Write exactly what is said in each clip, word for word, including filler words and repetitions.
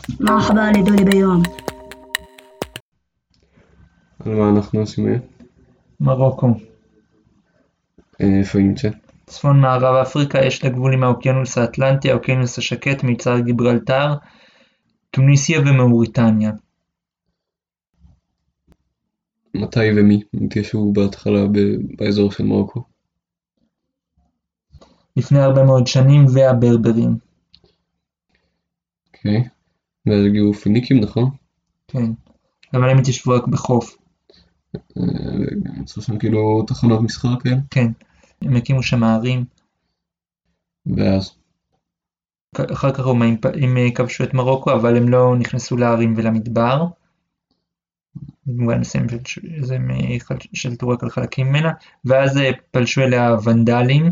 مرحبا لدولي بيوم. על מה אנחנו עושים היום? מרוקו. איפה היא נמצאת? צפון מערב אפריקה, יש לה גבול עם האוקיינוס האטלנטי, האוקיינוס השקט, מצר גיברלטר, טוניסיה ומאוריטניה. מתי ומי התיישבו בהתחלה ב- באזור של מרוקו? לפני הרבה מאוד שנים, והברברים. אוקיי. ואז הגיעו פיניקים, נכון? כן. אבל הם התיישבו רק בחוף. יצאו שם כאילו תחנות מסחר כאלה? כן. הם הקימו שם ערים. ואז? אחר כך הרומאים הם כבשו את מרוקו, אבל הם לא נכנסו לערים ולמדבר. במובן מסוים הם שלטו רק על חלקים ממנה, ואז פלשו אליה ונדלים.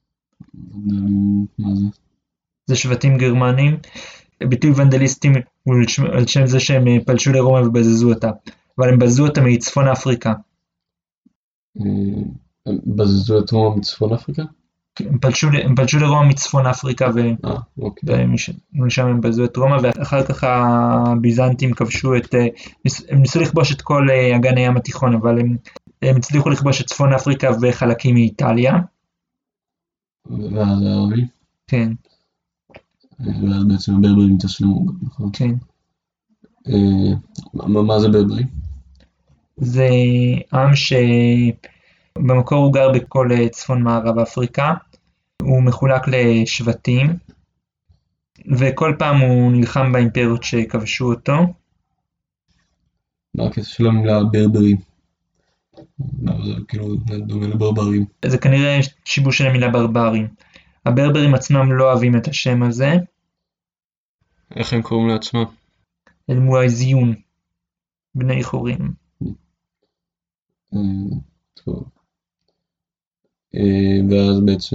מה זה? זה שבטים גרמנים. ביטוי ונדליסטים הוא על שם זה שהם פלשו לרומא ובזזו אותה, אבל הם בזזו אותה מצפון אפריקה. הם בזזו את רומא מצפון אפריקה? הם פלשו, הם פלשו לרומא מצפון אפריקה ו... אה, אוקיי. ומשם הם בזזו את רומא, ואחר כך הביזנטים כבשו את... הם ניסו לכבוש את כל אגן הים התיכון, אבל הם, הם הצליחו לכבוש את צפון אפריקה וחלקים מאיטליה. ואז הערבי? כן. ואז בעצם הברברים תסלמו, נכון? כן. מה, מה זה ברברים? זה עם שבמקור הוא גר בכל צפון מערב אפריקה, הוא מחולק לשבטים, וכל פעם הוא נלחם באימפריות שכבשו אותו. מה הקטע של המילה ברברים? זה כאילו דומה לברברים. זה כנראה שיבוש של המילה ברברים. הברברים עצמם לא אוהבים את השם הזה. איך הם קוראים לעצמם? אל-מואזיון, בני חורים. טוב. ואז בעצם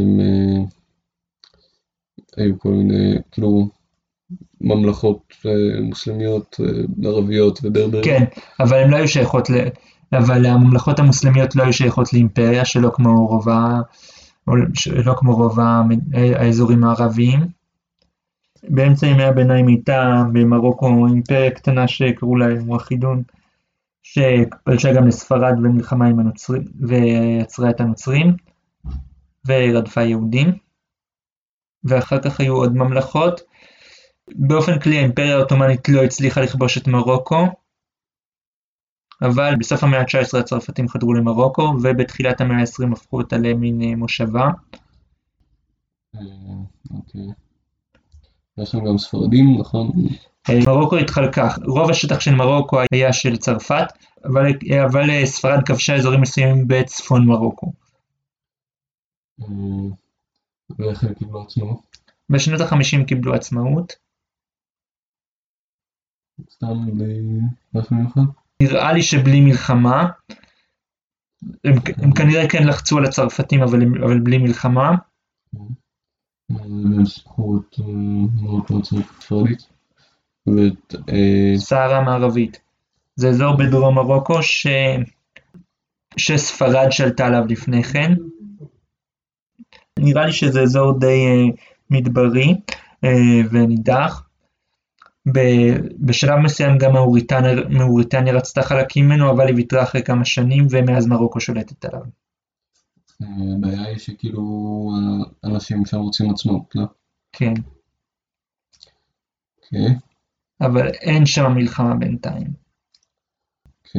היו כל מיני כאילו ממלכות מוסלמיות, ערביות וברבריות. כן, אבל הם לא היו שייכות ל... אבל הממלכות המוסלמיות לא היו שייכות לאימפריה, שלא כמו רוב ה... שלא כמו רוב האזורים הערביים. באמצע ימי הביניים הייתה במרוקו אימפריה קטנה שקראו לה מואחידון, שפלשה גם לספרד ונלחמה עם הנוצרים ויצרה את הנוצרים ורדפה יהודים, ואחר כך היו עוד ממלכות. באופן כללי האימפריה האוטומנית לא הצליחה לכבוש את מרוקו, אבל בסוף המאה ה-תשע עשרה הצרפתים חדרו למרוקו, ובתחילת המאה ה-עשרים הפכו אותה למין מושבה. אוקיי. יש שם גם ספרדים, נכון? מרוקו התחלקה, רוב השטח של מרוקו היה של צרפת, אבל, אבל ספרד כבשה אזורים מסוימים בצפון מרוקו. ואיך הם קיבלו עצמאות? בשנות ה-חמישים קיבלו עצמאות. סתם משהו מיוחד? נראה לי שבלי מלחמה, הם, הם כנראה כן לחצו על הצרפתים, אבל, אבל בלי מלחמה. והם סיפחו את מרוקו הצרפתית. סהרה מערבית. זה אזור בדרום מרוקו ש... שספרד שלטה עליו לפני כן. נראה לי שזה אזור די uh, מדברי uh, ונידח. בשלב מסוים גם מאוריטניה, מאוריטניה רצתה חלקים ממנו, אבל היא ויתרה אחרי כמה שנים, ומאז מרוקו שולטת עליו. הבעיה היא שכאילו אנשים שם רוצים עצמאות, לא? כן. אוקיי. אבל אין שם מלחמה בינתיים. כן.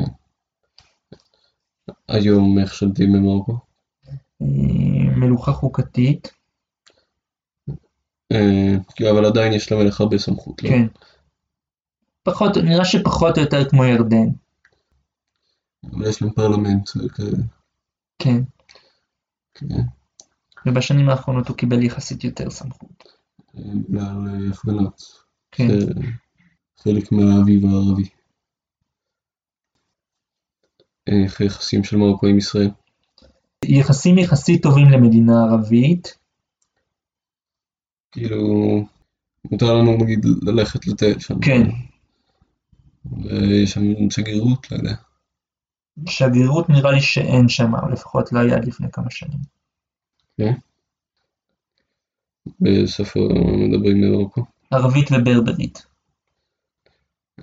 היום איך שולטים במרוקו? מלוכה חוקתית. אבל עדיין יש למלך הרבה סמכות, לא? כן. פחות, נראה שפחות או יותר כמו ירדן. אבל יש להם פרלמנט וכאלה. כן. כן. ובשנים האחרונות הוא קיבל יחסית יותר סמכות. בגלל הפגנות. כן. חלק מהאביב הערבי. איך היחסים של מרוקו עם ישראל? יחסים יחסית טובים למדינה ערבית. כאילו, מותר לנו נגיד ללכת לטייל שם. כן. ויש שם שגרירות, לא יודע. שגרירות נראה לי שאין שם, או לפחות לא היה לפני כמה שנים. כן. בספר מדברים במרוקו? ערבית וברברית.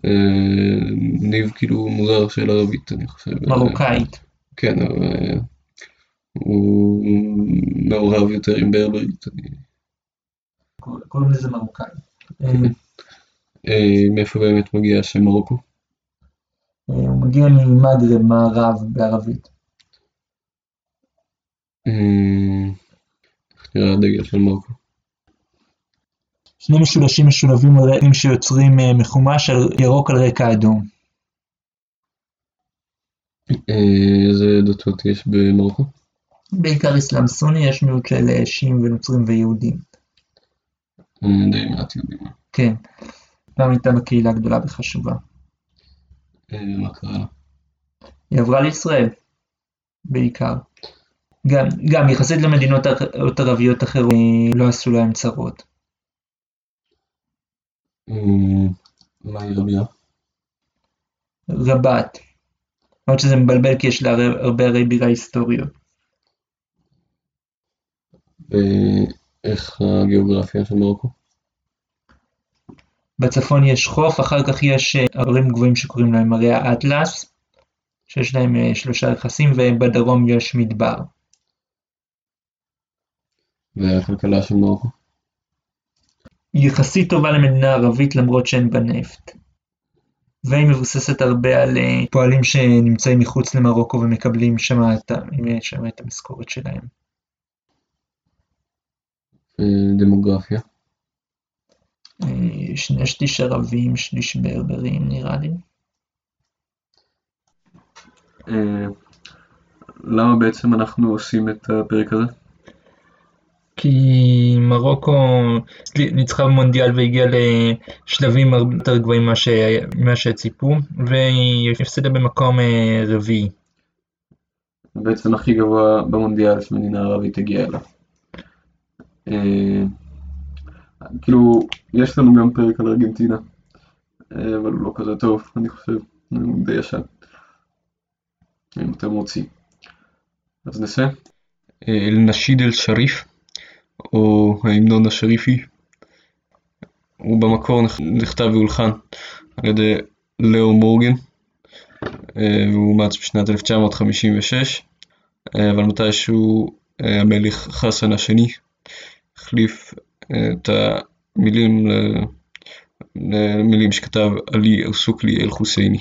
אה, ניב כאילו מוזר של ערבית, אני חושב. מרוקאית. כן, אבל אה, הוא מעורב יותר עם ברברית. אני... קוראים לזה מרוקאי. אה, מאיפה באמת מגיע השם מרוקו? הוא מגיע ממגרב, מערב בערבית. אה, איך נראה הדגל של מרוקו? שני משולשים משולבים רעים שיוצרים אה, מחומש על ירוק על רקע אדום. אה, איזה דתות יש במרוקו? בעיקר אסלאם סוני, יש מיעוט של אה, שיעים ונוצרים ויהודים. אה, די מעט יהודים. כן, גם הייתה בקהילה גדולה וחשובה. אה, מה קרה לה? היא עברה לישראל, בעיקר. גם, גם יחסית למדינות ער- ערביות אחרות, אה, לא עשו להם צרות. אה, מה היא רבייה? רבת. למרות שזה מבלבל כי יש לה הר- הרבה ערי בירה היסטוריות. ואיך הגיאוגרפיה של מרוקו? בצפון יש חוף, אחר כך יש אה, ערים גבוהים שקוראים להם ערי האטלס, שיש להם אה, שלושה רכסים, ובדרום יש מדבר. והכלכלה של מרוקו? היא יחסית טובה למדינה ערבית למרות שאין בה נפט. והיא מבוססת הרבה על אה, פועלים שנמצאים מחוץ למרוקו ומקבלים שם את, ה- שם את המשכורת שלהם. אה, דמוגרפיה? אה, שני שליש ערבים, שליש ברברים נראה לי. אה, למה בעצם אנחנו עושים את הפרק הזה? כי מרוקו ניצחה במונדיאל והגיעה לשלבים הרבה יותר גבוהים ממה ש- ממה שציפו, והיא הפסידה במקום אה, רביעי. בעצם הכי גבוה במונדיאל שמדינה ערבית הגיעה אליו. אה, כאילו, יש לנו גם פרק על ארגנטינה, אה, אבל הוא לא כזה טוב, אני חושב, הוא די ישן. אם אתם רוצים. אז נעשה. אל-נשיד אל-שריף, או ההמנון השריפי, הוא במקור נכתב והולחן על ידי לאו מורגן, והוא אומץ בשנת אלף תשע מאות חמישים ושש, אבל מתישהו המלך חסן השני החליף את המילים למילים שכתב עלי אל-סוקלי אל-חוסייני.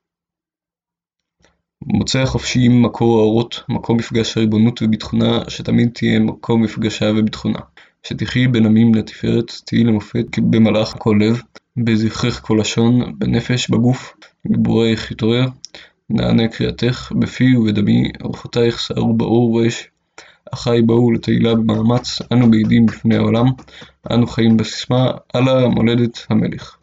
מוצא החופשי עם מקור האורות, מקום מפגש הריבונות וביטחונה, שתמיד תהיה מקום מפגשה וביטחונה. שתחי בין עמים לתפארת, תהי למופת במלאך כל לב, בזכרך כל לשון, בנפש, בגוף, גיבורייך יתעורר, נענה קריאתך, בפי ובדמי, אורחותייך סערו באור ואש, החי באו לתהילה במאמץ, אנו בעידים בפני העולם, אנו חיים בסיסמה, אללה מולדת המלך.